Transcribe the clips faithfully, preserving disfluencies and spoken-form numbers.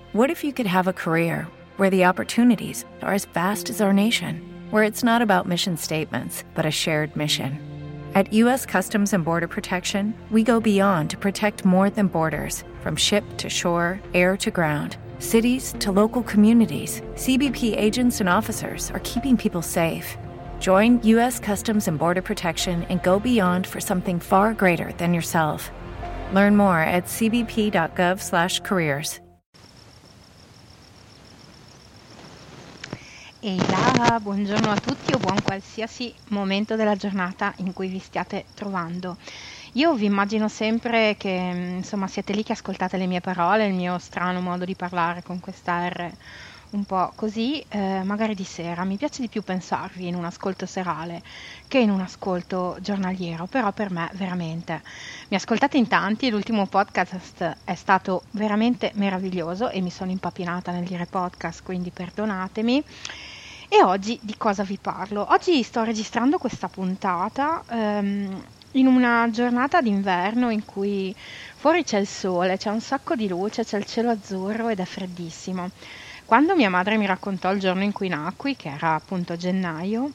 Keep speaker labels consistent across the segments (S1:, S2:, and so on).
S1: What if you could have a career where the opportunities are as vast as our nation, where it's not about mission statements, but a shared mission? At U S Customs and Border Protection, we go beyond to protect more than borders. From ship to shore, air to ground, cities to local communities, C B P agents and officers are keeping people safe. Join U S Customs and Border Protection and go beyond for something far greater than yourself. Learn more at c b p dot gov slash careers.
S2: Ehi là, buongiorno a tutti o buon qualsiasi momento della giornata in cui vi stiate trovando. Io vi immagino sempre che insomma siete lì che ascoltate le mie parole, il mio strano modo di parlare con questa R un po' così, eh, magari di sera. Mi piace di più pensarvi in un ascolto serale che in un ascolto giornaliero, però per me veramente. Mi ascoltate in tanti, l'ultimo podcast è stato veramente meraviglioso e mi sono impappinata nel dire podcast, quindi perdonatemi. E oggi di cosa vi parlo? Oggi sto registrando questa puntata ehm, in una giornata d'inverno in cui fuori c'è il sole, c'è un sacco di luce, c'è il cielo azzurro ed è freddissimo. Quando mia madre mi raccontò il giorno in cui nacqui, che era appunto gennaio,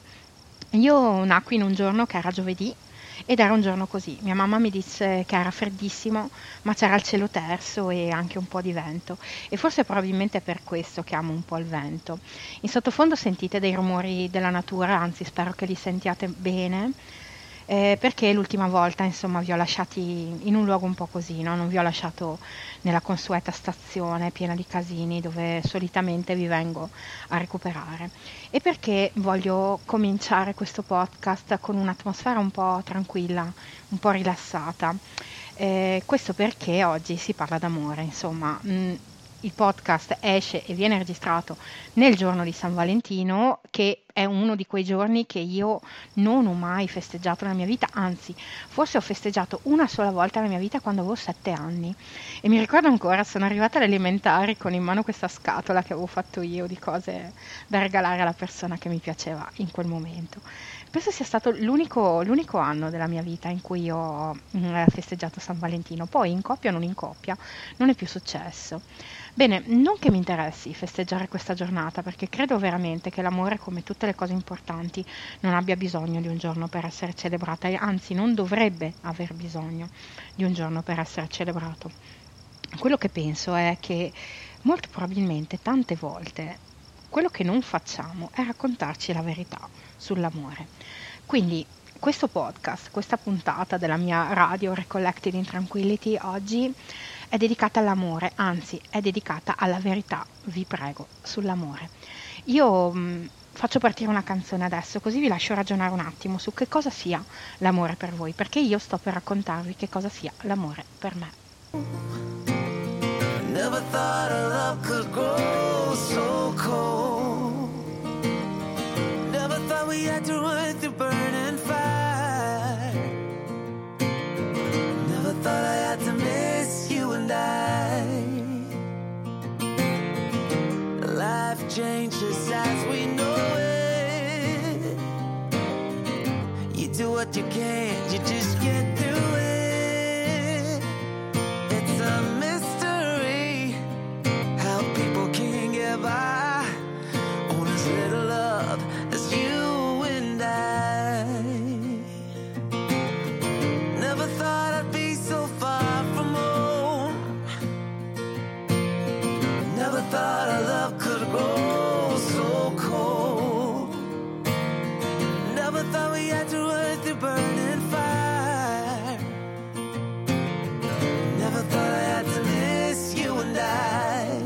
S2: io nacqui in un giorno che era giovedì ed era un giorno così. Mia mamma mi disse che era freddissimo, ma c'era il cielo terso e anche un po' di vento. E forse probabilmente è per questo che amo un po' il vento. In sottofondo sentite dei rumori della natura, anzi spero che li sentiate bene. Eh, perché l'ultima volta insomma vi ho lasciati in un luogo un po' così, no? Non vi ho lasciato nella consueta stazione piena di casini dove solitamente vi vengo a recuperare, e perché voglio cominciare questo podcast con un'atmosfera un po' tranquilla, un po' rilassata. Eh, questo perché oggi si parla d'amore, insomma. Mh, il podcast esce e viene registrato nel giorno di San Valentino, che è uno di quei giorni che io non ho mai festeggiato nella mia vita, anzi forse ho festeggiato una sola volta nella mia vita quando avevo sette anni, e mi ricordo ancora, sono arrivata alle elementari con in mano questa scatola che avevo fatto io di cose da regalare alla persona che mi piaceva in quel momento. Penso sia stato l'unico, l'unico anno della mia vita in cui ho mm, festeggiato San Valentino. Poi in coppia o non in coppia non è più successo. Bene, non che mi interessi festeggiare questa giornata, perché credo veramente che l'amore, come tutte le cose importanti, non abbia bisogno di un giorno per essere celebrata, e anzi non dovrebbe aver bisogno di un giorno per essere celebrato. Quello che penso è che molto probabilmente tante volte quello che non facciamo è raccontarci la verità sull'amore. Quindi questo podcast, questa puntata della mia radio Recollected in Tranquility oggi è dedicata all'amore, anzi è dedicata alla verità, vi prego, sull'amore. Io mh, faccio partire una canzone adesso, così vi lascio ragionare un attimo su che cosa sia l'amore per voi, perché io sto per raccontarvi che cosa sia l'amore per me.
S3: Never thought a love could grow so cold. Never thought we had to run through burning fire. Never thought I had to miss you and I. Life changes as we know it. You do what you can, you just can't do it. It's a mystery how people can get by on as little love as you and I. Never thought I'd be so far from home. Never thought our love could grow so cold. Never thought we had to run through burning fire. Never thought I had to miss you and I.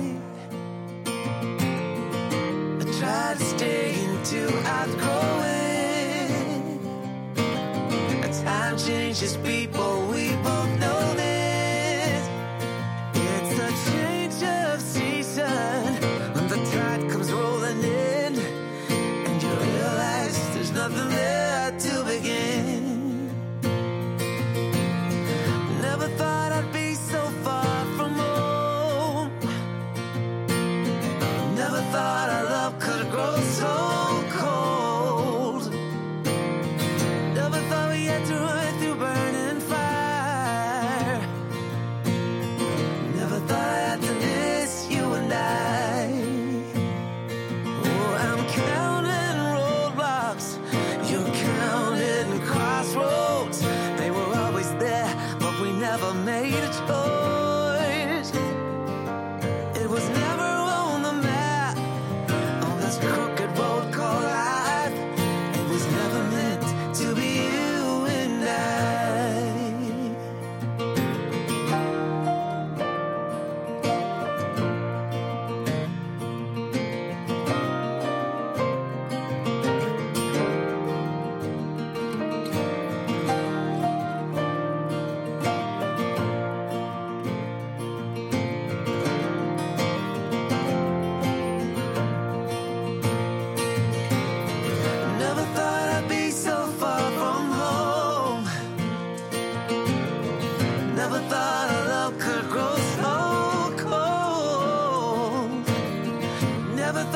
S3: I tried to stay into outgrow it. Time changes people, we both know this. It's a change of season when the tide comes rolling in, and you realize there's nothing there to begin. Never thought I'd be so far from home. Never thought our love could grow so cold. Never thought we had to run through burning fire. Never thought I had to miss you and I.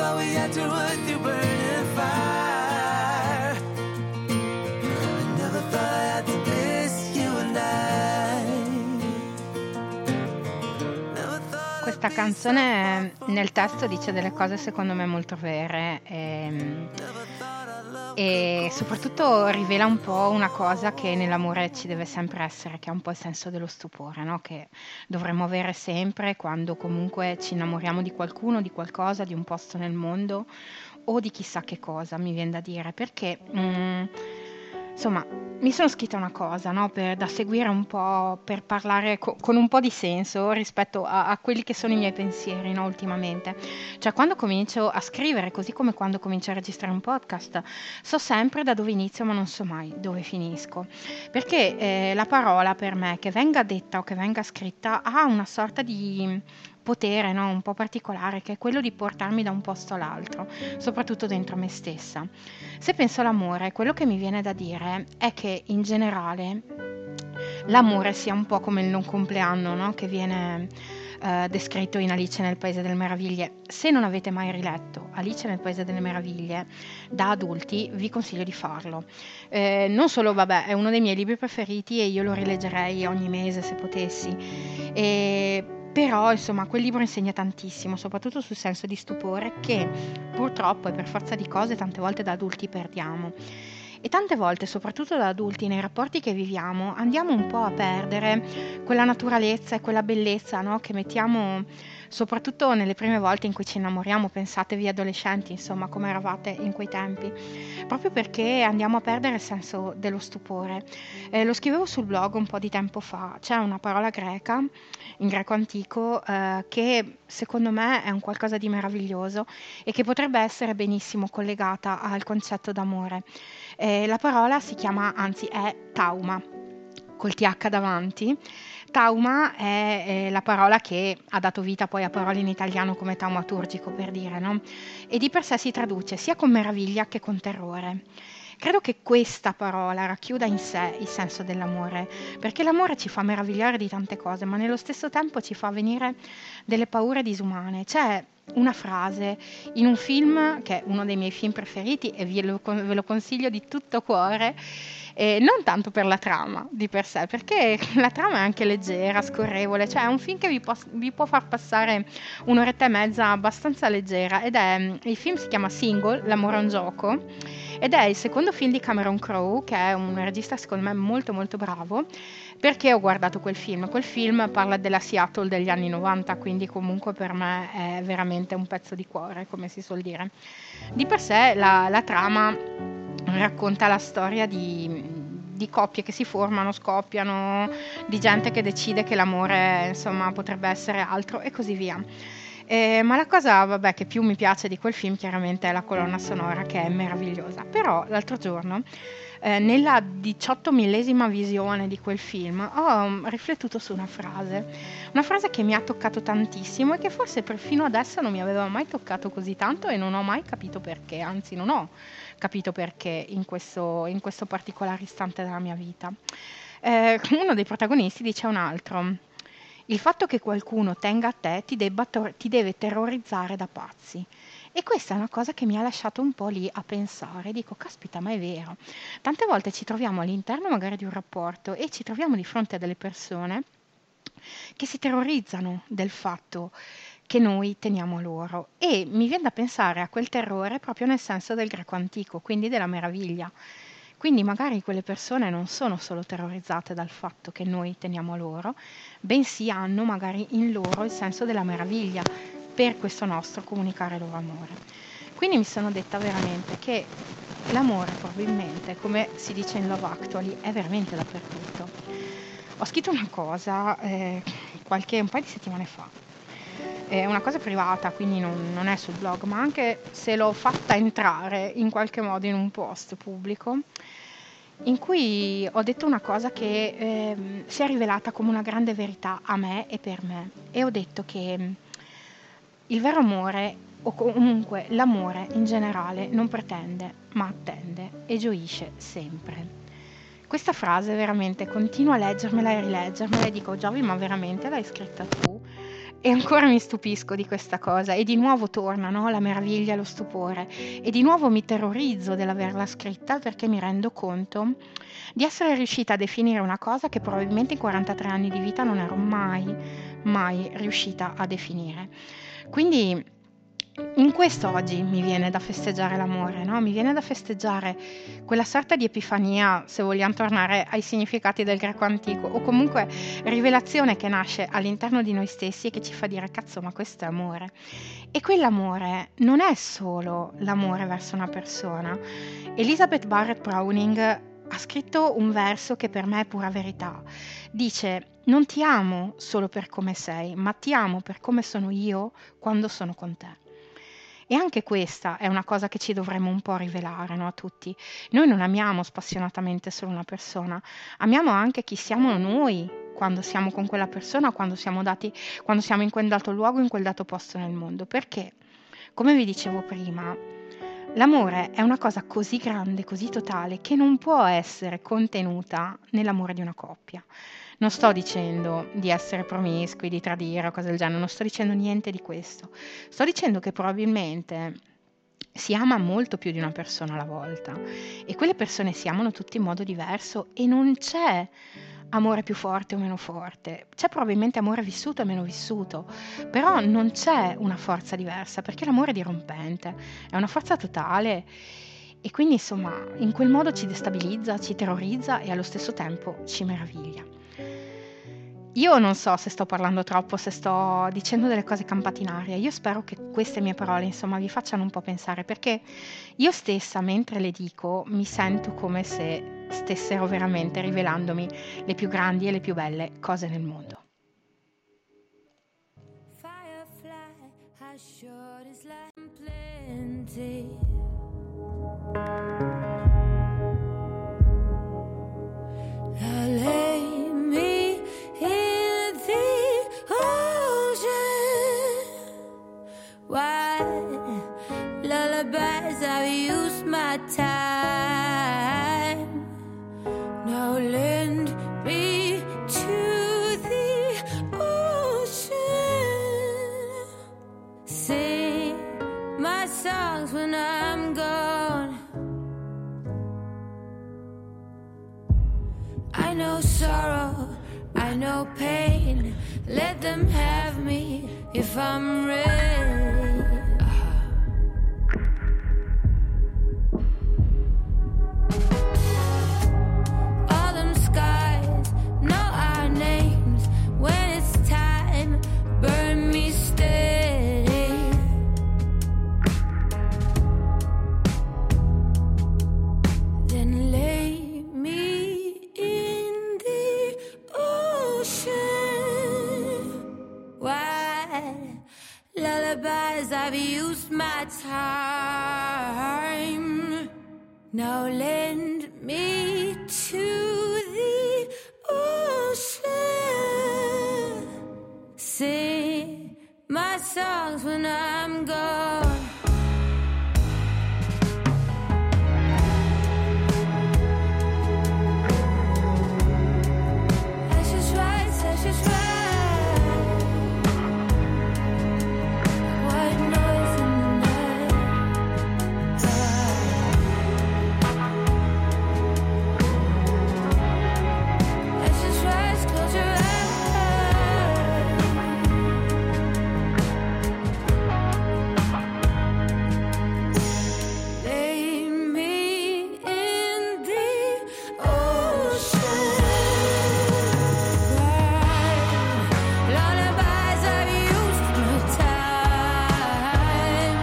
S3: thought we had to run through burning fire. I never thought I had to miss you and I. Never thought
S2: Questa canzone nel testo dice delle cose secondo me molto vere e, e soprattutto rivela un po' una cosa che nell'amore ci deve sempre essere, che è un po' il senso dello stupore, no? Che dovremmo avere sempre quando comunque ci innamoriamo di qualcuno, di qualcosa, di un posto nel mondo o di chissà che cosa, mi viene da dire, perché mm, insomma mi sono scritta una cosa, no? Per, da seguire un po', per parlare co- con un po' di senso rispetto a, a quelli che sono i miei pensieri, no? Ultimamente, cioè quando comincio a scrivere, così come quando comincio a registrare un podcast, so sempre da dove inizio ma non so mai dove finisco, perché eh, la parola per me, che venga detta o che venga scritta, ha una sorta di potere, no? Un po' particolare, che è quello di portarmi da un posto all'altro, soprattutto dentro me stessa. Se penso all'amore, quello che mi viene da dire è che in generale l'amore sia un po' come il non compleanno, no? Che viene eh, descritto in Alice nel Paese delle Meraviglie. Se non avete mai riletto Alice nel Paese delle Meraviglie da adulti, vi consiglio di farlo. Eh, non solo, vabbè, è uno dei miei libri preferiti e io lo rileggerei ogni mese se potessi. E però, insomma, quel libro insegna tantissimo, soprattutto sul senso di stupore che purtroppo e per forza di cose tante volte da adulti perdiamo. E tante volte, soprattutto da adulti, nei rapporti che viviamo, andiamo un po' a perdere quella naturalezza e quella bellezza, no? Che mettiamo soprattutto nelle prime volte in cui ci innamoriamo. Pensatevi adolescenti, insomma, come eravate in quei tempi, proprio perché andiamo a perdere il senso dello stupore. Eh, lo scrivevo sul blog un po' di tempo fa, c'è una parola greca, in greco antico, eh, che secondo me è un qualcosa di meraviglioso e che potrebbe essere benissimo collegata al concetto d'amore. Eh, la parola si chiama, anzi è tauma, col th davanti. Tauma è eh, la parola che ha dato vita poi a parole in italiano come taumaturgico, per dire, no? E di per sé si traduce sia con meraviglia che con terrore. Credo che questa parola racchiuda in sé il senso dell'amore, perché l'amore ci fa meravigliare di tante cose, ma nello stesso tempo ci fa venire delle paure disumane. C'è una frase in un film che è uno dei miei film preferiti e ve lo, ve lo consiglio di tutto cuore, eh, non tanto per la trama di per sé, perché la trama è anche leggera, scorrevole, cioè è un film che vi, pos- vi può far passare un'oretta e mezza abbastanza leggera, ed è, il film si chiama Single, l'amore è un gioco, ed è il secondo film di Cameron Crowe, che è un regista secondo me molto molto bravo. Perché ho guardato quel film? Quel film parla della Seattle degli anni novanta, quindi comunque per me è veramente un pezzo di cuore, come si suol dire. Di per sé la, la trama racconta la storia di, di coppie che si formano, scoppiano, di gente che decide che l'amore, insomma, potrebbe essere altro e così via. Eh, ma la cosa, vabbè, che più mi piace di quel film chiaramente è la colonna sonora, che è meravigliosa. Però l'altro giorno, eh, nella diciottomillesima visione di quel film, ho um, riflettuto su una frase, una frase che mi ha toccato tantissimo e che forse perfino adesso non mi aveva mai toccato così tanto e non ho mai capito perché, anzi non ho capito perché in questo, in questo particolare istante della mia vita. Eh, uno dei protagonisti dice a un altro: il fatto che qualcuno tenga a te ti, debba tor- ti deve terrorizzare da pazzi. E questa è una cosa che mi ha lasciato un po' lì a pensare. Dico, caspita, ma è vero. Tante volte ci troviamo all'interno magari di un rapporto e ci troviamo di fronte a delle persone che si terrorizzano del fatto che noi teniamo a loro. E mi viene da pensare a quel terrore proprio nel senso del greco antico, quindi della meraviglia. Quindi magari quelle persone non sono solo terrorizzate dal fatto che noi teniamo a loro, bensì hanno magari in loro il senso della meraviglia per questo nostro comunicare loro amore. Quindi mi sono detta veramente che l'amore probabilmente, come si dice in Love Actually, è veramente dappertutto. Ho scritto una cosa eh, qualche un paio di settimane fa, è una cosa privata, quindi non, non è sul blog, ma anche se l'ho fatta entrare in qualche modo in un post pubblico, in cui ho detto una cosa che eh, si è rivelata come una grande verità a me e per me, e ho detto che il vero amore, o comunque l'amore in generale, non pretende, ma attende e gioisce sempre. Questa frase veramente continuo a leggermela e rileggermela e dico, Giovi, ma veramente l'hai scritta tu? E ancora mi stupisco di questa cosa e di nuovo torna, no? La meraviglia, lo stupore, e di nuovo mi terrorizzo dell'averla scritta perché mi rendo conto di essere riuscita a definire una cosa che probabilmente in quarantatré anni di vita non ero mai, mai riuscita a definire. Quindi in questo oggi mi viene da festeggiare l'amore, no? Mi viene da festeggiare quella sorta di epifania, se vogliamo tornare ai significati del greco antico, o comunque rivelazione che nasce all'interno di noi stessi e che ci fa dire cazzo, ma questo è amore. E quell'amore non è solo l'amore verso una persona. Elizabeth Barrett Browning ha scritto un verso che per me è pura verità. Dice: non ti amo solo per come sei, ma ti amo per come sono io quando sono con te. E anche questa è una cosa che ci dovremmo un po' rivelare, no, a tutti. Noi non amiamo spassionatamente solo una persona, amiamo anche chi siamo noi quando siamo con quella persona, quando siamo dati, quando siamo in quel dato luogo, in quel dato posto nel mondo. Perché, come vi dicevo prima, l'amore è una cosa così grande, così totale, che non può essere contenuta nell'amore di una coppia. Non sto dicendo di essere promiscui, di tradire o cose del genere, non sto dicendo niente di questo. Sto dicendo che probabilmente si ama molto più di una persona alla volta e quelle persone si amano tutte in modo diverso e non c'è amore più forte o meno forte. C'è probabilmente amore vissuto e meno vissuto, però non c'è una forza diversa perché l'amore è dirompente, è una forza totale. E quindi insomma in quel modo ci destabilizza, ci terrorizza e allo stesso tempo ci meraviglia. Io non so se sto parlando troppo, se sto dicendo delle cose campate in aria. Io spero che queste mie parole insomma vi facciano un po' pensare, perché io stessa mentre le dico mi sento come se stessero veramente rivelandomi le più grandi e le più belle cose nel mondo.
S3: Firefly, how short is life? Plenty. Now lay me in the ocean. Why lullabies? I've used my time. Now lend me to the ocean. Sing my songs when I'm gone. I know sorrow, I know pain. Let them have me if I'm ready. All them skies know our names. When it's time, burn me steady. Then lay me in the ocean. Why lullabies? I've used my time. Now lend me to the ocean. Sing my songs when I'm gone. Ashes rise, ashes rise. White noise in the night. Ashes rise, close your eyes. Lay me in the ocean. Lullabies, I've used my time.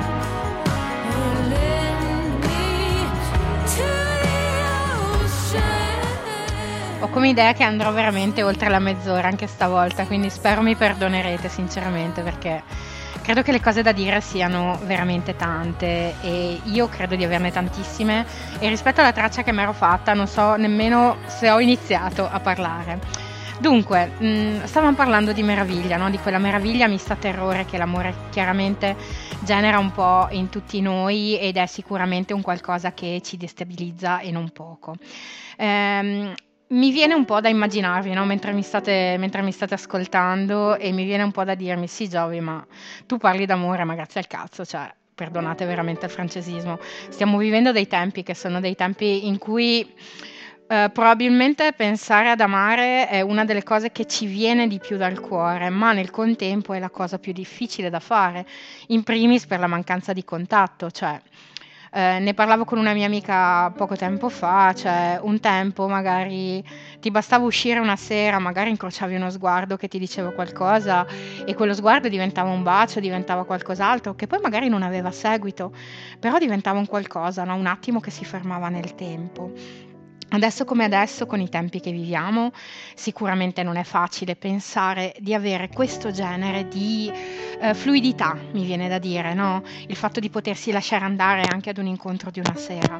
S3: Lend me to the ocean.
S2: Ho come idea che andrò veramente oltre la mezz'ora anche stavolta, quindi spero mi perdonerete sinceramente, perché credo che le cose da dire siano veramente tante e io credo di averne tantissime, e rispetto alla traccia che mi ero fatta non so nemmeno se ho iniziato a parlare. Dunque, mh, stavamo parlando di meraviglia, no? Di quella meraviglia mista terrore che l'amore chiaramente genera un po' in tutti noi, ed è sicuramente un qualcosa che ci destabilizza e non poco. Ehm, mi viene un po' da immaginarvi, no? Mentre mi state, mentre mi state ascoltando, e mi viene un po' da dirmi, sì Giovi, ma tu parli d'amore, ma grazie al cazzo, cioè, perdonate veramente il francesismo, stiamo vivendo dei tempi che sono dei tempi in cui eh, probabilmente pensare ad amare è una delle cose che ci viene di più dal cuore, ma nel contempo è la cosa più difficile da fare, in primis per la mancanza di contatto, cioè eh, ne parlavo con una mia amica poco tempo fa, cioè un tempo magari ti bastava uscire una sera, magari incrociavi uno sguardo che ti diceva qualcosa e quello sguardo diventava un bacio, diventava qualcos'altro, che poi magari non aveva seguito, però diventava un qualcosa, no? Un attimo che si fermava nel tempo. Adesso come adesso, con i tempi che viviamo, sicuramente non è facile pensare di avere questo genere di eh, fluidità, mi viene da dire, no? Il fatto di potersi lasciare andare anche ad un incontro di una sera.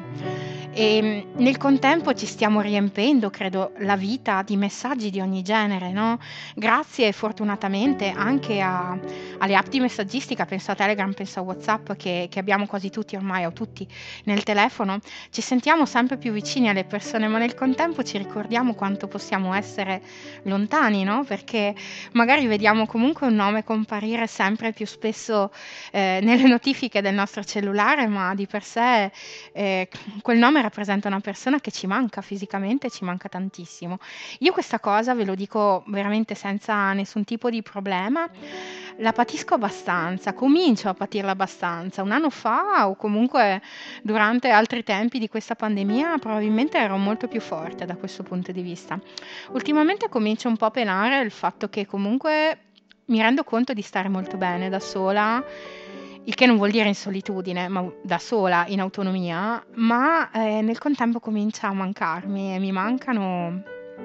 S2: E mh, nel contempo ci stiamo riempendo, credo, la vita di messaggi di ogni genere, no? Grazie fortunatamente anche a, alle app di messaggistica, penso a Telegram, penso a WhatsApp, che, che abbiamo quasi tutti ormai, o tutti nel telefono, ci sentiamo sempre più vicini alle persone, ma nel contempo ci ricordiamo quanto possiamo essere lontani, no? Perché magari vediamo comunque un nome comparire sempre più spesso eh, nelle notifiche del nostro cellulare, ma di per sé eh, quel nome rappresenta una persona che ci manca fisicamente, ci manca tantissimo. Io questa cosa, ve lo dico veramente senza nessun tipo di problema, la patisco abbastanza, comincio a patirla abbastanza. Un anno fa, o comunque durante altri tempi di questa pandemia, probabilmente ero molto più forte da questo punto di vista. Ultimamente comincio un po' a penare il fatto che comunque mi rendo conto di stare molto bene da sola, il che non vuol dire in solitudine, ma da sola, in autonomia, ma eh, nel contempo comincia a mancarmi e mi mancano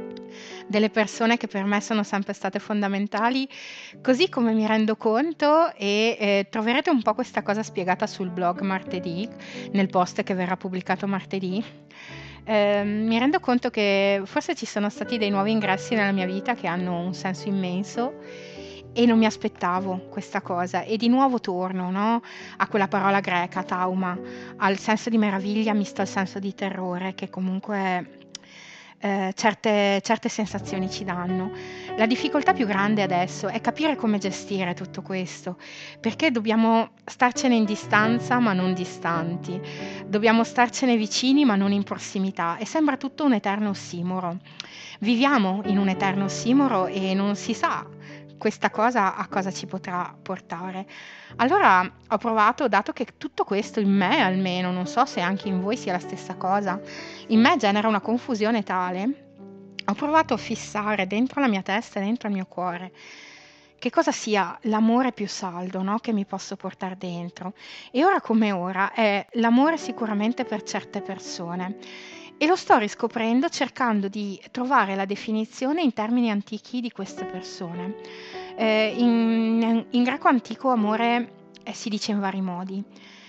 S2: delle persone che per me sono sempre state fondamentali, così come mi rendo conto, e eh, troverete un po' questa cosa spiegata sul blog martedì, nel post che verrà pubblicato martedì. Eh, mi rendo conto che forse ci sono stati dei nuovi ingressi nella mia vita che hanno un senso immenso e non mi aspettavo questa cosa, e di nuovo torno, no? A quella parola greca, tauma, al senso di meraviglia misto al senso di terrore che comunque eh, certe, certe sensazioni ci danno. La difficoltà più grande adesso è capire come gestire tutto questo, perché dobbiamo starcene in distanza ma non distanti, dobbiamo starcene vicini ma non in prossimità, e sembra tutto un eterno ossimoro. Viviamo in un eterno ossimoro e non si sa questa cosa a cosa ci potrà portare. Allora ho provato, dato che tutto questo in me almeno, non so se anche in voi sia la stessa cosa, in me genera una confusione tale, ho provato a fissare dentro la mia testa e dentro il mio cuore che cosa sia l'amore più saldo, no? Che mi posso portare dentro. E ora come ora è l'amore sicuramente per certe persone. E lo sto riscoprendo cercando di trovare la definizione in termini antichi di queste persone. Eh, in, in greco antico amore eh, si dice in vari modi.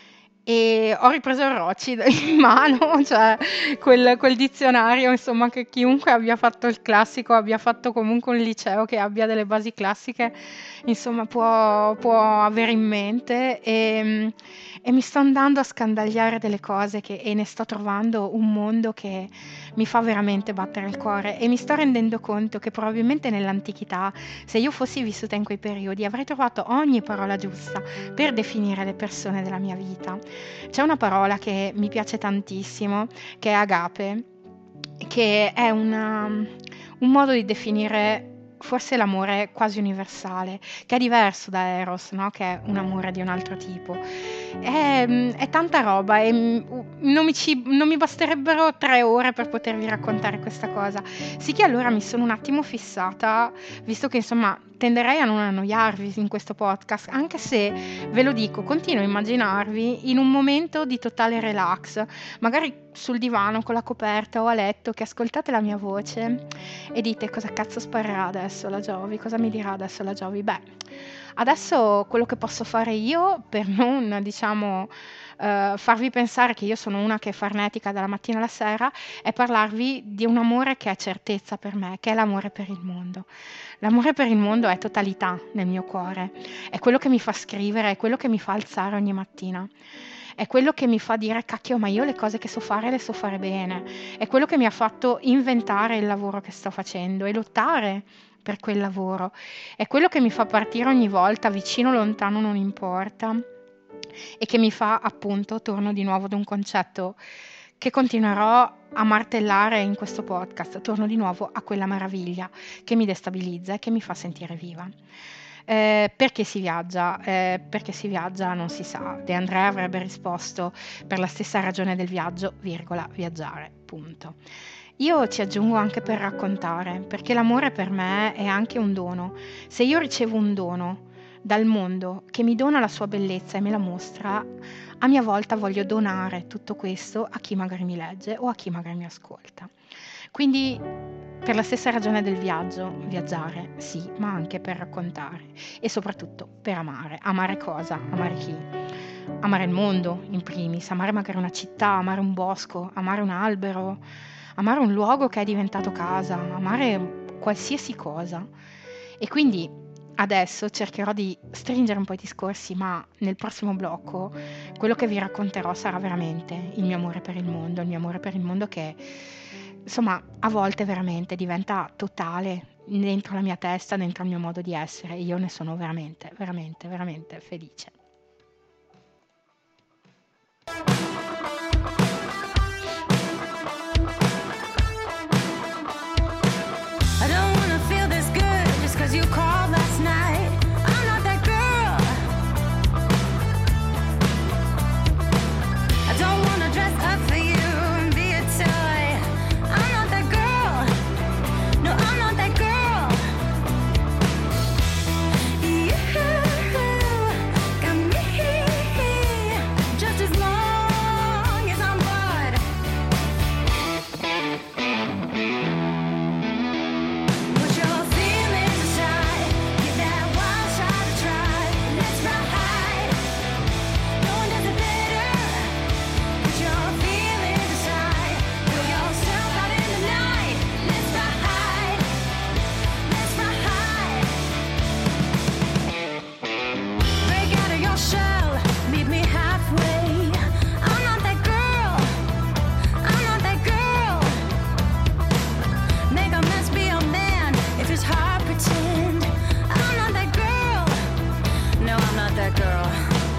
S2: E ho ripreso il Rocci in mano, cioè quel, quel dizionario, insomma, che chiunque abbia fatto il classico, abbia fatto comunque un liceo che abbia delle basi classiche, insomma, può, può avere in mente. E, e mi sto andando a scandagliare delle cose che, e ne sto trovando un mondo che mi fa veramente battere il cuore, e mi sto rendendo conto che probabilmente nell'antichità, se io fossi vissuta in quei periodi, avrei trovato ogni parola giusta per definire le persone della mia vita. C'è una parola che mi piace tantissimo, che è agape, che è una, un modo di definire forse l'amore quasi universale, che è diverso da Eros, no? Che è un amore di un altro tipo. È, è tanta roba, e non mi, ci, non mi basterebbero tre ore per potervi raccontare questa cosa. Sì che allora mi sono un attimo fissata, visto che insomma tenderei a non annoiarvi in questo podcast, anche se, ve lo dico, continuo a immaginarvi in un momento di totale relax, magari sul divano con la coperta o a letto, che ascoltate la mia voce e dite: cosa cazzo sparerà adesso la Giovi, cosa mi dirà adesso la Giovi? Beh, adesso quello che posso fare io per non, diciamo, Uh, farvi pensare che io sono una che è farnetica dalla mattina alla sera, è parlarvi di un amore che è certezza per me, che è l'amore per il mondo. L'amore per il mondo è totalità nel mio cuore, è quello che mi fa scrivere, è quello che mi fa alzare ogni mattina. è quello che mi fa dire cacchio, ma io le cose che so fare le so fare bene, è quello che mi ha fatto inventare il lavoro che sto facendo e lottare per quel lavoro, è quello che mi fa partire ogni volta, vicino, lontano, non importa, e che mi fa, appunto, torno di nuovo ad un concetto che continuerò a martellare in questo podcast, torno di nuovo a quella meraviglia che mi destabilizza e che mi fa sentire viva. Eh, perché si viaggia? Eh, perché si viaggia non si sa. De André avrebbe risposto per la stessa ragione del viaggio, virgola, viaggiare, punto. Io ci aggiungo anche per raccontare, perché l'amore per me è anche un dono. Se io ricevo un dono dal mondo che mi dona la sua bellezza e me la mostra, a mia volta voglio donare tutto questo a chi magari mi legge o a chi magari mi ascolta. Quindi, per la stessa ragione del viaggio, viaggiare, sì, ma anche per raccontare e soprattutto per amare. Amare cosa? Amare chi? Amare il mondo, in primis, amare magari una città, amare un bosco, amare un albero, amare un luogo che è diventato casa, amare qualsiasi cosa. E quindi adesso cercherò di stringere un po' i discorsi, ma nel prossimo blocco quello che vi racconterò sarà veramente il mio amore per il mondo, il mio amore per il mondo che, insomma, a volte veramente diventa totale dentro la mia testa, dentro il mio modo di essere. Io ne sono veramente, veramente, veramente felice.
S3: I don't wanna feel this good just 'cause you called last night. I'm not that girl. I don't wanna dress up for you and be a toy. I'm not that girl. No, I'm not that girl. You got me just as long as I'm bored. Put your feelings aside, give that wild shot a try. Let's ride, no one does it better. Put your feelings aside, throw yourself out in the night. Let's ride, let's ride. Break out of your shell, meet me halfway. I'm not that girl, I'm not that girl. Make a mess, be a man, if it's hard, pretend. I'm not that girl, no, I'm not that girl.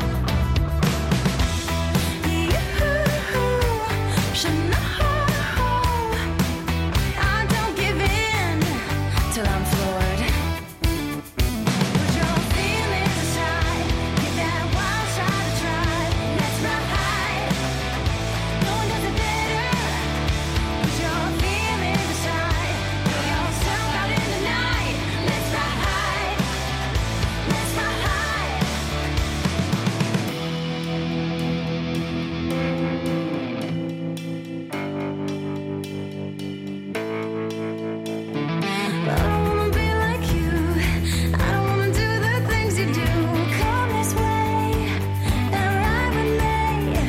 S3: You should know I don't give in till I'm floored. Put your feelings aside, give that wild shot a try. Let's ride, no one does it better. Put your feelings aside, throw yourself out in the night. Let's ride, let's ride. I don't wanna be like you, I don't wanna do the things you do. Come this way and ride with me.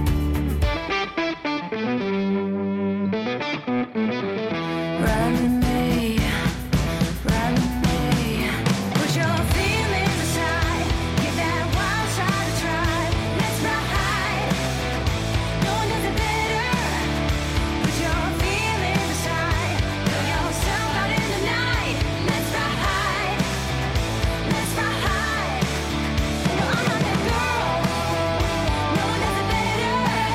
S3: Ride with me, ride with me. Put your feelings aside, give that wild shot a try. Let's ride, no one does it better. Put your feelings aside, throw yourself out in the night. Let's ride, let's ride. No, I'm not that girl, no one does it better.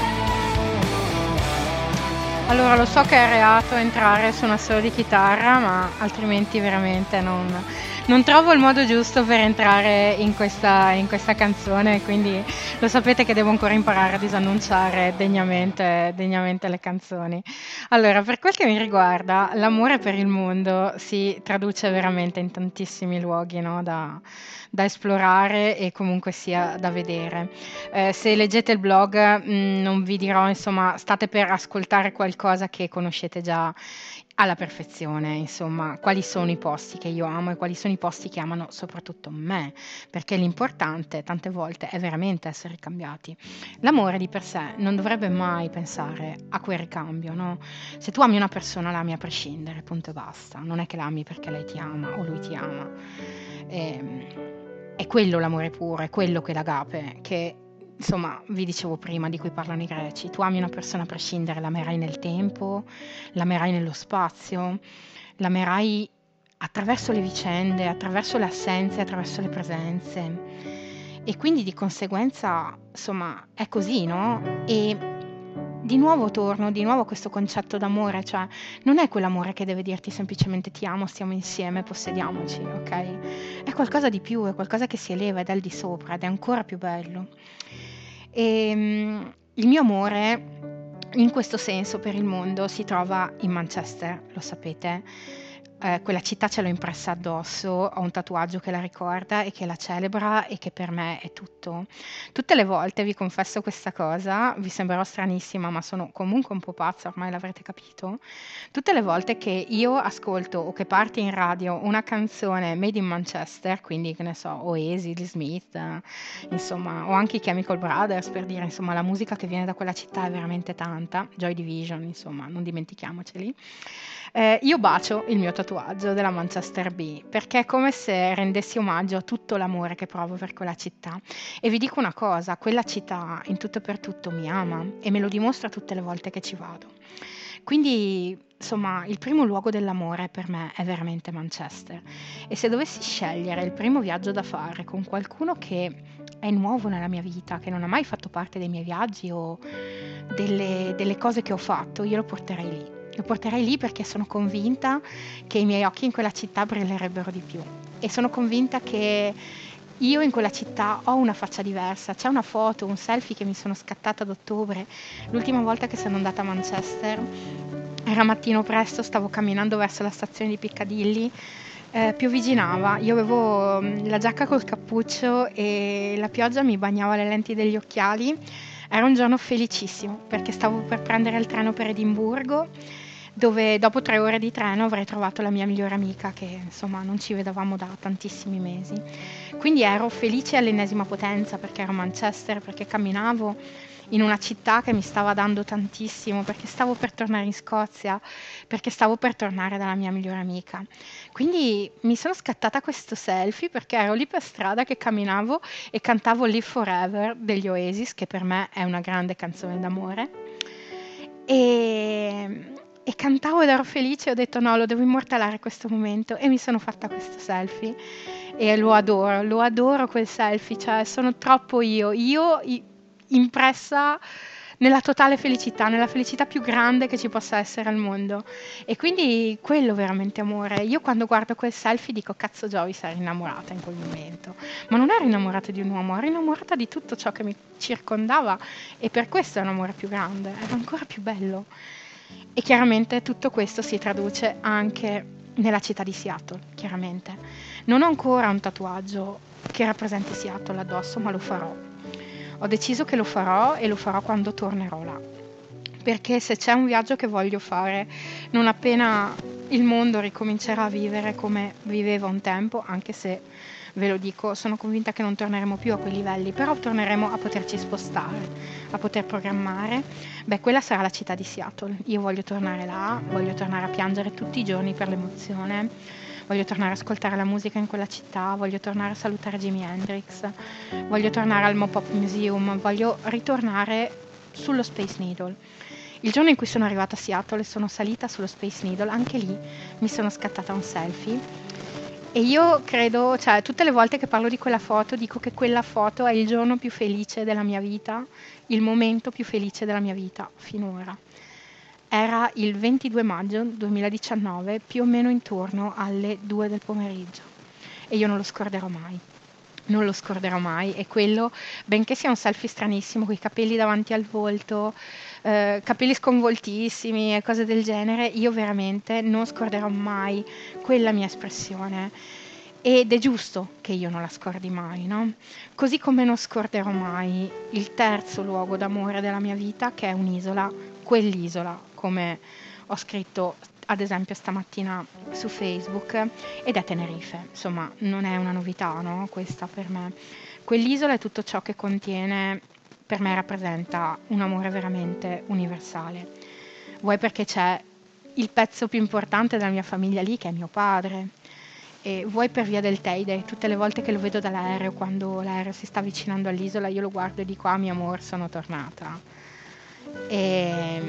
S2: Allora, lo so che è reato entrare su una solo di chitarra, ma altrimenti veramente non, non trovo il modo giusto per entrare in questa, in questa canzone, quindi lo sapete che devo ancora imparare a disannunciare degnamente, degnamente le canzoni. Allora, per quel che mi riguarda, l'amore per il mondo si traduce veramente in tantissimi luoghi, no? da, da esplorare e comunque sia da vedere. Eh, se leggete il blog, mh, non vi dirò, insomma, state per ascoltare qualcosa che conoscete già alla perfezione, insomma, quali sono i posti che io amo e quali sono i posti che amano soprattutto me, perché l'importante tante volte è veramente essere cambiati. L'amore di per sé non dovrebbe mai pensare a quel ricambio, no? Se tu ami una persona, l'ami a prescindere, punto e basta. Non è che l'ami perché lei ti ama o lui ti ama. E, è quello l'amore puro, è quello che è l'agape, che insomma, vi dicevo prima di cui parlano i greci, tu ami una persona a prescindere, l'amerai nel tempo, l'amerai nello spazio, l'amerai attraverso le vicende, attraverso le assenze, attraverso le presenze. E quindi di conseguenza, insomma, è così, no? E di nuovo torno, di nuovo a questo concetto d'amore, cioè non è quell'amore che deve dirti semplicemente ti amo, stiamo insieme, possediamoci, ok? È qualcosa di più, è qualcosa che si eleva ed è al di sopra ed è ancora più bello. E mm, il mio amore, in questo senso per il mondo, si trova in Manchester, lo sapete. Eh, quella città ce l'ho impressa addosso, ho un tatuaggio che la ricorda e che la celebra e che per me è tutto. Tutte le volte, vi confesso questa cosa, vi sembrerò stranissima, ma sono comunque un po' pazza, ormai l'avrete capito. Tutte le volte che io ascolto o che parte in radio una canzone made in Manchester, quindi che ne so, Oasis, The Smith, eh, insomma, o anche i Chemical Brothers, per dire, insomma, la musica che viene da quella città è veramente tanta, Joy Division, insomma, non dimentichiamoceli. Eh, io bacio il mio tatuaggio della Manchester Bee perché è come se rendessi omaggio a tutto l'amore che provo per quella città. E vi dico una cosa, quella città in tutto e per tutto mi ama e me lo dimostra tutte le volte che ci vado. Quindi, insomma, il primo luogo dell'amore per me è veramente Manchester. E se dovessi scegliere il primo viaggio da fare con qualcuno che è nuovo nella mia vita, che non ha mai fatto parte dei miei viaggi o delle, delle cose che ho fatto, io lo porterei lì. Lo porterei lì perché sono convinta che i miei occhi in quella città brillerebbero di più e sono convinta che io in quella città ho una faccia diversa. C'è una foto, un selfie che mi sono scattata ad ottobre, l'ultima volta che sono andata a Manchester. Era mattino presto, stavo camminando verso la stazione di Piccadilly, eh, piovigginava, io avevo mm, la giacca col cappuccio e la pioggia mi bagnava le lenti degli occhiali. Era un giorno felicissimo perché stavo per prendere il treno per Edimburgo, dove dopo tre ore di treno avrei trovato la mia migliore amica che insomma non ci vedevamo da tantissimi mesi. Quindi ero felice all'ennesima potenza perché ero a Manchester, perché camminavo in una città che mi stava dando tantissimo, perché stavo per tornare in Scozia, perché stavo per tornare dalla mia migliore amica. Quindi mi sono scattata questo selfie perché ero lì per strada che camminavo e cantavo Live Forever degli Oasis, che per me è una grande canzone d'amore. E, e cantavo ed ero felice, ho detto no, lo devo immortalare questo momento e mi sono fatta questo selfie e lo adoro, lo adoro quel selfie, cioè sono troppo io, io i- impressa nella totale felicità, nella felicità più grande che ci possa essere al mondo. E quindi quello veramente amore. Io quando guardo quel selfie dico cazzo Joyce ero innamorata in quel momento. Ma non ero innamorata di un uomo, ero innamorata di tutto ciò che mi circondava e per questo è un amore più grande, era ancora più bello. E chiaramente tutto questo si traduce anche nella città di Seattle, chiaramente. Non ho ancora un tatuaggio che rappresenti Seattle addosso, ma lo farò. Ho deciso che lo farò e lo farò quando tornerò là. Perché se c'è un viaggio che voglio fare, non appena il mondo ricomincerà a vivere come viveva un tempo, anche se ve lo dico, sono convinta che non torneremo più a quei livelli, però torneremo a poterci spostare, a poter programmare. Beh, quella sarà la città di Seattle. Io voglio tornare là, voglio tornare a piangere tutti i giorni per l'emozione, voglio tornare ad ascoltare la musica in quella città, voglio tornare a salutare Jimi Hendrix, voglio tornare al Mopop Museum, voglio ritornare sullo Space Needle. Il giorno in cui sono arrivata a Seattle e sono salita sullo Space Needle, anche lì mi sono scattata un selfie e io credo, cioè tutte le volte che parlo di quella foto dico che quella foto è il giorno più felice della mia vita, il momento più felice della mia vita finora. Era il ventidue maggio duemiladiciannove, più o meno intorno alle due del pomeriggio e io non lo scorderò mai. Non lo scorderò mai e quello, benché sia un selfie stranissimo, con i capelli davanti al volto, eh, capelli sconvoltissimi e cose del genere, io veramente non scorderò mai quella mia espressione ed è giusto che io non la scordi mai, no? Così come non scorderò mai il terzo luogo d'amore della mia vita, che è un'isola, quell'isola, come ho scritto ad esempio stamattina su Facebook, ed è Tenerife. Insomma, non è una novità, no? Questa per me. Quell'isola è tutto ciò che contiene, per me rappresenta un amore veramente universale. Vuoi perché c'è il pezzo più importante della mia famiglia lì, che è mio padre, e vuoi per via del Teide, tutte le volte che lo vedo dall'aereo, quando l'aereo si sta avvicinando all'isola, io lo guardo e dico: ah, mio amor, sono tornata. E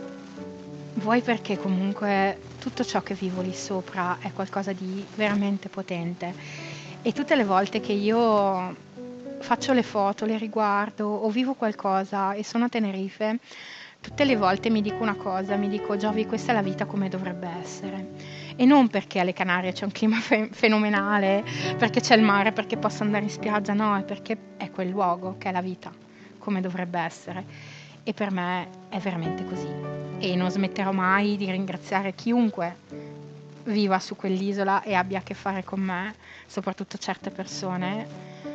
S2: vuoi perché comunque tutto ciò che vivo lì sopra è qualcosa di veramente potente, e tutte le volte che io faccio le foto, le riguardo o vivo qualcosa e sono a Tenerife, tutte le volte mi dico una cosa, mi dico: Giovi, questa è la vita come dovrebbe essere. E non perché alle Canarie c'è un clima fe- fenomenale, perché c'è il mare, perché posso andare in spiaggia, no, è perché è quel luogo che è la vita come dovrebbe essere. E per me è veramente così. E non smetterò mai di ringraziare chiunque viva su quell'isola e abbia a che fare con me, soprattutto certe persone,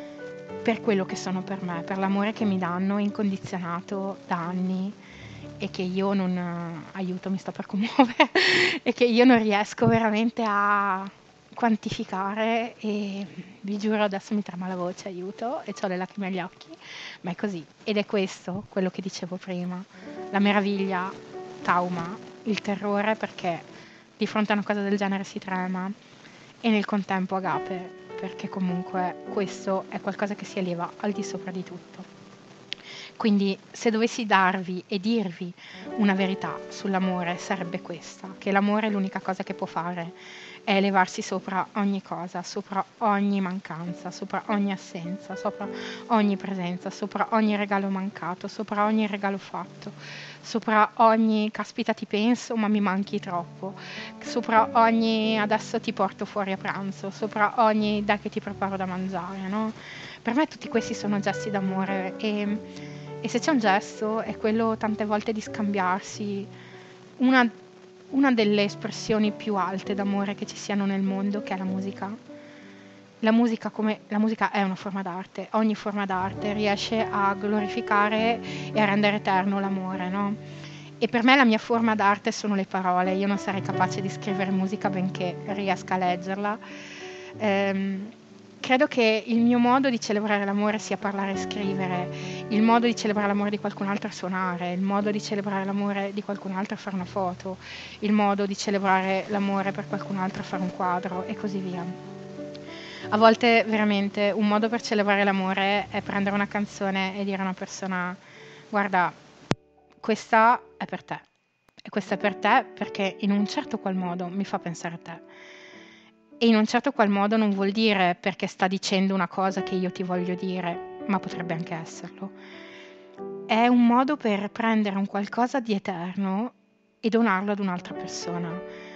S2: per quello che sono per me, per l'amore che mi danno incondizionato da anni, e che io non eh, aiuto, mi sto per commuovere e che io non riesco veramente a quantificare, e vi giuro adesso mi trema la voce, aiuto, e ho le lacrime agli occhi, ma è così. Ed è questo quello che dicevo prima, la meraviglia, trauma, il terrore, perché di fronte a una cosa del genere si trema, e nel contempo agape, perché comunque questo è qualcosa che si eleva al di sopra di tutto. Quindi se dovessi darvi e dirvi una verità sull'amore, sarebbe questa: che l'amore è l'unica cosa che può fare, è elevarsi sopra ogni cosa, sopra ogni mancanza, sopra ogni assenza, sopra ogni presenza, sopra ogni regalo mancato, sopra ogni regalo fatto, sopra ogni caspita ti penso ma mi manchi troppo, sopra ogni adesso ti porto fuori a pranzo, sopra ogni dai che ti preparo da mangiare, no? Per me tutti questi sono gesti d'amore, e, e se c'è un gesto è quello tante volte di scambiarsi una, una delle espressioni più alte d'amore che ci siano nel mondo, che è la musica. La musica, come, la musica è una forma d'arte, ogni forma d'arte riesce a glorificare e a rendere eterno l'amore, no? E per me la mia forma d'arte sono le parole. Io non sarei capace di scrivere musica benché riesca a leggerla. Ehm, credo che il mio modo di celebrare l'amore sia parlare e scrivere, il modo di celebrare l'amore di qualcun altro è suonare, il modo di celebrare l'amore di qualcun altro è fare una foto, il modo di celebrare l'amore per qualcun altro è fare un quadro, e così via. A volte veramente un modo per celebrare l'amore è prendere una canzone e dire a una persona: guarda, questa è per te, e questa è per te perché in un certo qual modo mi fa pensare a te. E in un certo qual modo non vuol dire perché sta dicendo una cosa che io ti voglio dire, ma potrebbe anche esserlo. È un modo per prendere un qualcosa di eterno e donarlo ad un'altra persona.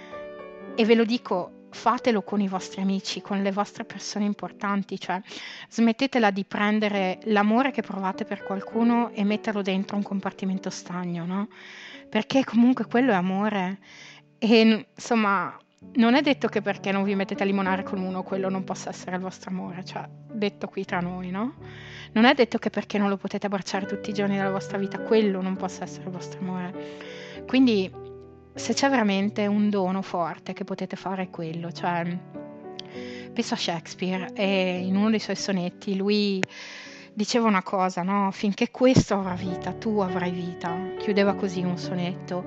S2: E ve lo dico, fatelo con i vostri amici, con le vostre persone importanti, cioè smettetela di prendere l'amore che provate per qualcuno e metterlo dentro un compartimento stagno, no? Perché comunque quello è amore. E insomma, non è detto che perché non vi mettete a limonare con uno quello non possa essere il vostro amore, cioè detto qui tra noi, no? Non è detto che perché non lo potete abbracciare tutti i giorni della vostra vita quello non possa essere il vostro amore. Quindi se c'è veramente un dono forte che potete fare è quello, cioè penso a Shakespeare, e in uno dei suoi sonetti lui diceva una cosa, no? Finché questo avrà vita, tu avrai vita. Chiudeva così un sonetto.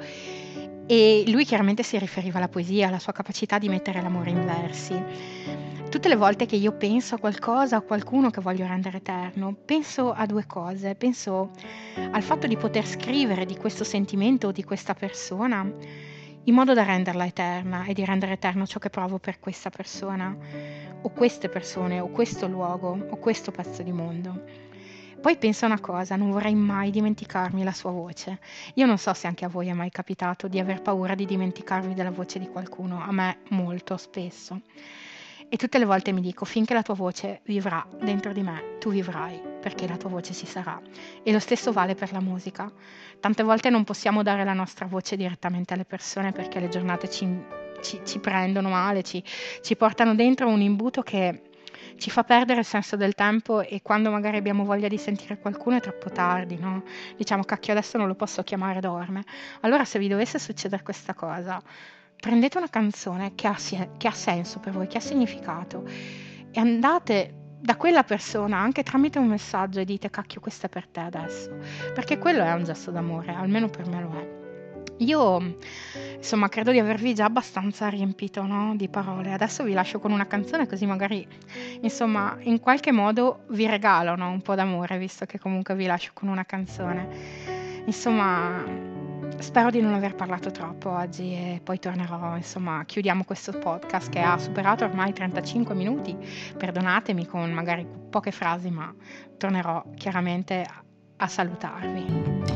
S2: E lui chiaramente si riferiva alla poesia, alla sua capacità di mettere l'amore in versi. Tutte le volte che io penso a qualcosa, a qualcuno che voglio rendere eterno, penso a due cose. Penso al fatto di poter scrivere di questo sentimento o di questa persona in modo da renderla eterna e di rendere eterno ciò che provo per questa persona, o queste persone, o questo luogo, o questo pezzo di mondo. Poi penso a una cosa: non vorrei mai dimenticarmi la sua voce. Io non so se anche a voi è mai capitato di aver paura di dimenticarvi della voce di qualcuno, a me molto spesso. E tutte le volte mi dico: finché la tua voce vivrà dentro di me, tu vivrai, perché la tua voce ci sarà. E lo stesso vale per la musica. Tante volte non possiamo dare la nostra voce direttamente alle persone perché le giornate ci, ci, ci prendono male, ci, ci portano dentro un imbuto che ci fa perdere il senso del tempo, e quando magari abbiamo voglia di sentire qualcuno è troppo tardi, no? Diciamo: cacchio, adesso non lo posso chiamare, dorme. Allora, se vi dovesse succedere questa cosa, prendete una canzone che ha, che ha senso per voi, che ha significato, e andate da quella persona anche tramite un messaggio e dite: cacchio, questa è per te adesso, perché quello è un gesto d'amore, almeno per me lo è. Io, insomma, credo di avervi già abbastanza riempito, no, di parole. Adesso vi lascio con una canzone, così magari, insomma, in qualche modo vi regalo, no, un po' d'amore, visto che comunque vi lascio con una canzone. Insomma, spero di non aver parlato troppo oggi e poi tornerò, insomma, chiudiamo questo podcast che ha superato ormai trentacinque minuti. Perdonatemi con magari poche frasi, ma tornerò chiaramente a, a salutarvi.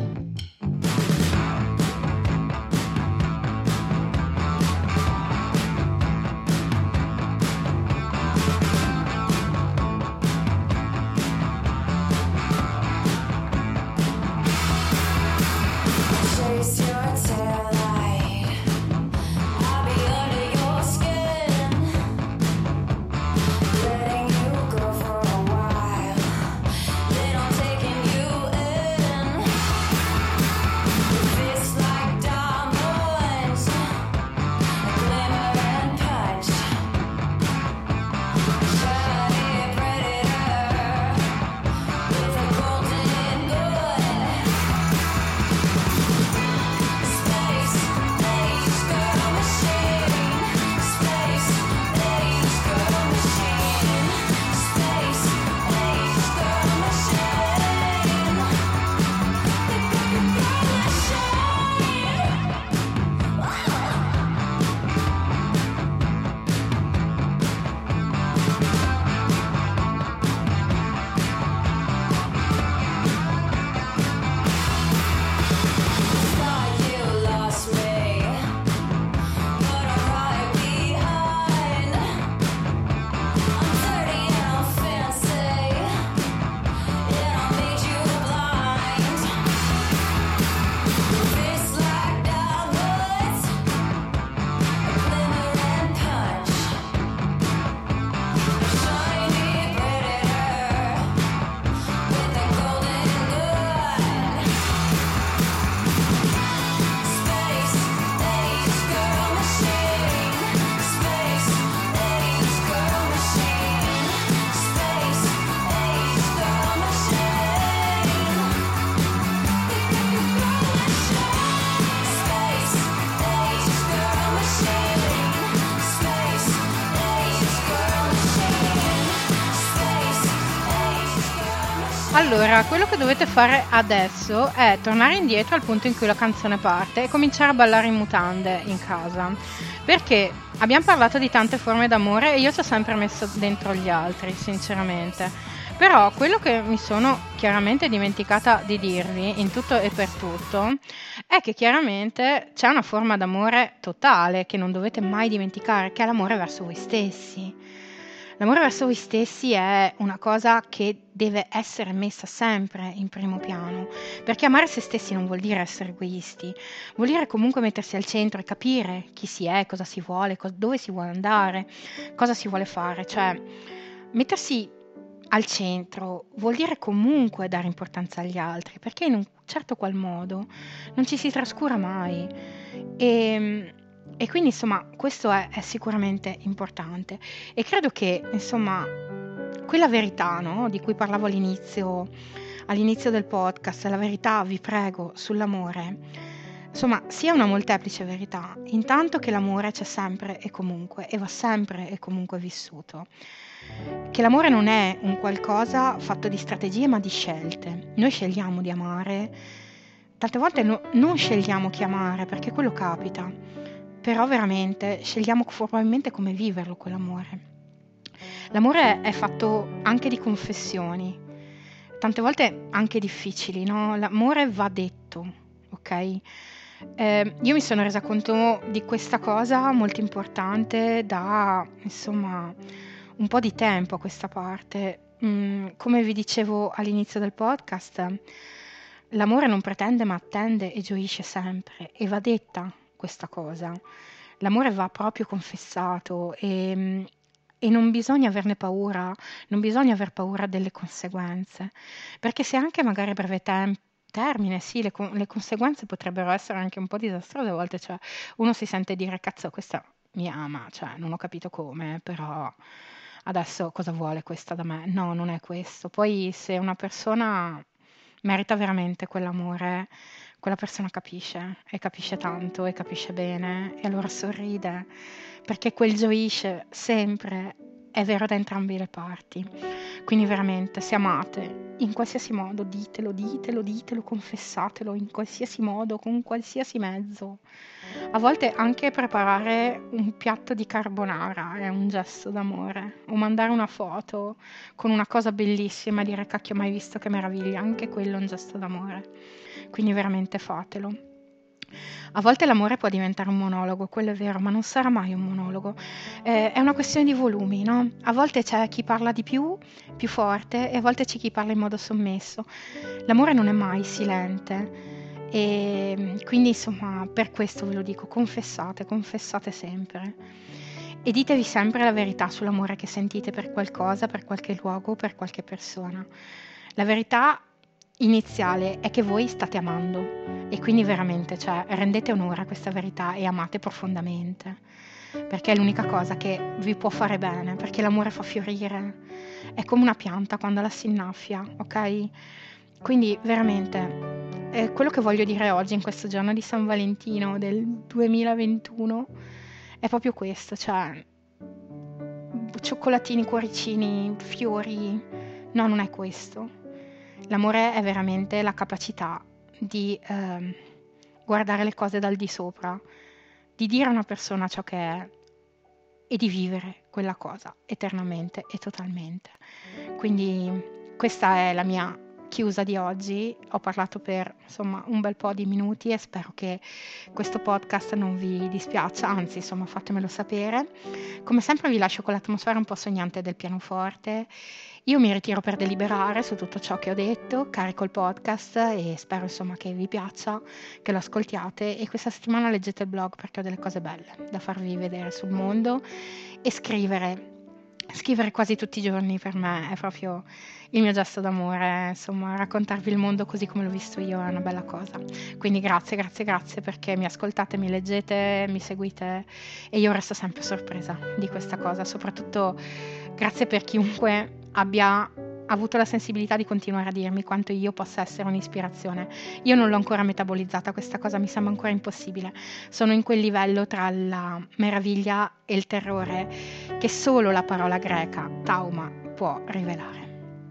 S3: Chase your tail light. I'll be under your skin, letting you go for a while. Then I'm taking you in. It's like diamonds, glimmer and punch. Shiny predator with a golden gun. Space age girl machine. Space age girl machine. Space age girl machine. Thought you lost me, but I'm right behind. I'm dirty and I'm fancy, and I'll make you blind. It's like diamonds, glimmer and punch. Shiny predator with a golden gun. Space age girl machine. Space age girl machine. Space age girl machine. Space age girl machine. Space age girl machine. Space age girl machine.
S2: Allora, quello che dovete fare adesso è tornare indietro al punto in cui la canzone parte e cominciare a ballare in mutande in casa, perché abbiamo parlato di tante forme d'amore e io ci ho sempre messo dentro gli altri, sinceramente. Però quello che mi sono chiaramente dimenticata di dirvi in tutto e per tutto è che chiaramente c'è una forma d'amore totale che non dovete mai dimenticare, che è l'amore verso voi stessi. L'amore verso voi stessi è una cosa che deve essere messa sempre in primo piano, perché amare se stessi non vuol dire essere egoisti, vuol dire comunque mettersi al centro e capire chi si è, cosa si vuole, co- dove si vuole andare, cosa si vuole fare, cioè mettersi al centro vuol dire comunque dare importanza agli altri, perché in un certo qual modo non ci si trascura mai. E, e quindi insomma questo è, è sicuramente importante e credo che insomma quella verità, no, di cui parlavo all'inizio, all'inizio del podcast, la verità, vi prego, sull'amore, insomma sia una molteplice verità, intanto che l'amore c'è sempre e comunque e va sempre e comunque vissuto. Che l'amore non è un qualcosa fatto di strategie ma di scelte. Noi scegliamo di amare, tante volte no- non scegliamo chi amare perché quello capita, però veramente scegliamo probabilmente come viverlo quell'amore. L'amore è fatto anche di confessioni, tante volte anche difficili, no? L'amore va detto, ok? Eh, io mi sono resa conto di questa cosa molto importante da, insomma, un po' di tempo a questa parte. Mm, come vi dicevo all'inizio del podcast, l'amore non pretende ma attende e gioisce sempre e va detta questa cosa. L'amore va proprio confessato e, e non bisogna averne paura, non bisogna aver paura delle conseguenze, perché se anche magari a breve tempo termine, sì, le, con- le conseguenze potrebbero essere anche un po' disastrose a volte, cioè uno si sente dire cazzo, questa mi ama, cioè non ho capito come, però adesso cosa vuole questa da me? No, non è questo. Poi se una persona merita veramente quell'amore, quella persona capisce, e capisce tanto, e capisce bene, e allora sorride, perché quel gioisce sempre, è vero da entrambe le parti. Quindi veramente, se amate, in qualsiasi modo, ditelo, ditelo, ditelo, confessatelo, in qualsiasi modo, con qualsiasi mezzo. A volte anche preparare un piatto di carbonara è un gesto d'amore, o mandare una foto con una cosa bellissima e dire cacchio, mai visto che meraviglia, anche quello è un gesto d'amore. Quindi veramente fatelo. A volte l'amore può diventare un monologo, quello è vero, ma non sarà mai un monologo. Eh, è una questione di volumi, no? A volte c'è chi parla di più, più forte, e a volte c'è chi parla in modo sommesso. L'amore non è mai silente. E quindi insomma, per questo ve lo dico, confessate, confessate sempre. E ditevi sempre la verità sull'amore che sentite per qualcosa, per qualche luogo, per qualche persona. La verità iniziale è che voi state amando, e quindi veramente, cioè, rendete onore a questa verità e amate profondamente, perché è l'unica cosa che vi può fare bene, perché l'amore fa fiorire, è come una pianta quando la si innaffia, ok? Quindi veramente, eh, quello che voglio dire oggi in questo giorno di San Valentino del duemilaventuno è proprio questo, cioè cioccolatini, cuoricini, fiori, no, non è questo. L'amore è veramente la capacità di eh, guardare le cose dal di sopra, di dire a una persona ciò che è e di vivere quella cosa eternamente e totalmente. Quindi questa è la mia chiusa di oggi. Ho parlato per insomma un bel po' di minuti e spero che questo podcast non vi dispiaccia, anzi insomma fatemelo sapere. Come sempre vi lascio con l'atmosfera un po' sognante del pianoforte. Io mi ritiro per deliberare su tutto ciò che ho detto, carico il podcast e spero insomma che vi piaccia, che lo ascoltiate, e questa settimana leggete il blog perché ho delle cose belle da farvi vedere sul mondo, e scrivere, scrivere quasi tutti i giorni per me è proprio il mio gesto d'amore, insomma raccontarvi il mondo così come l'ho visto io è una bella cosa. Quindi grazie, grazie, grazie perché mi ascoltate, mi leggete, mi seguite, e io resto sempre sorpresa di questa cosa, soprattutto grazie per chiunque abbia avuto la sensibilità di continuare a dirmi quanto io possa essere un'ispirazione. Io non l'ho ancora metabolizzata questa cosa, mi sembra ancora impossibile. Sono in quel livello tra la meraviglia e il terrore che solo la parola greca tauma può rivelare.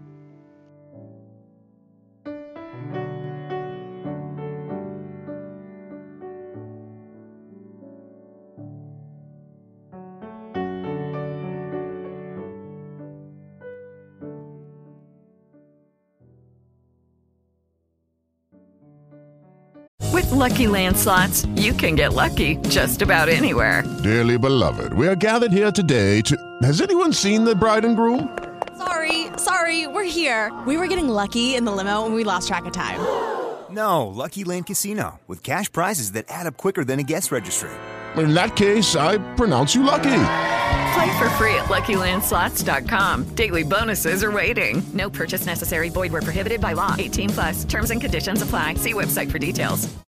S4: With Lucky Land Slots, you can get lucky just about anywhere.
S5: Dearly beloved, we are gathered here today to... Has anyone seen the bride and groom?
S6: Sorry, sorry, we're here. We were getting lucky in the limo and we lost track of time.
S7: No, Lucky Land Casino, with cash prizes that add up quicker than a guest registry.
S5: In that case, I pronounce you lucky.
S4: Play for free at lucky land slots dot com. Daily bonuses are waiting. No purchase necessary. Void where prohibited by law. eighteen plus. Terms and conditions apply. See website for details.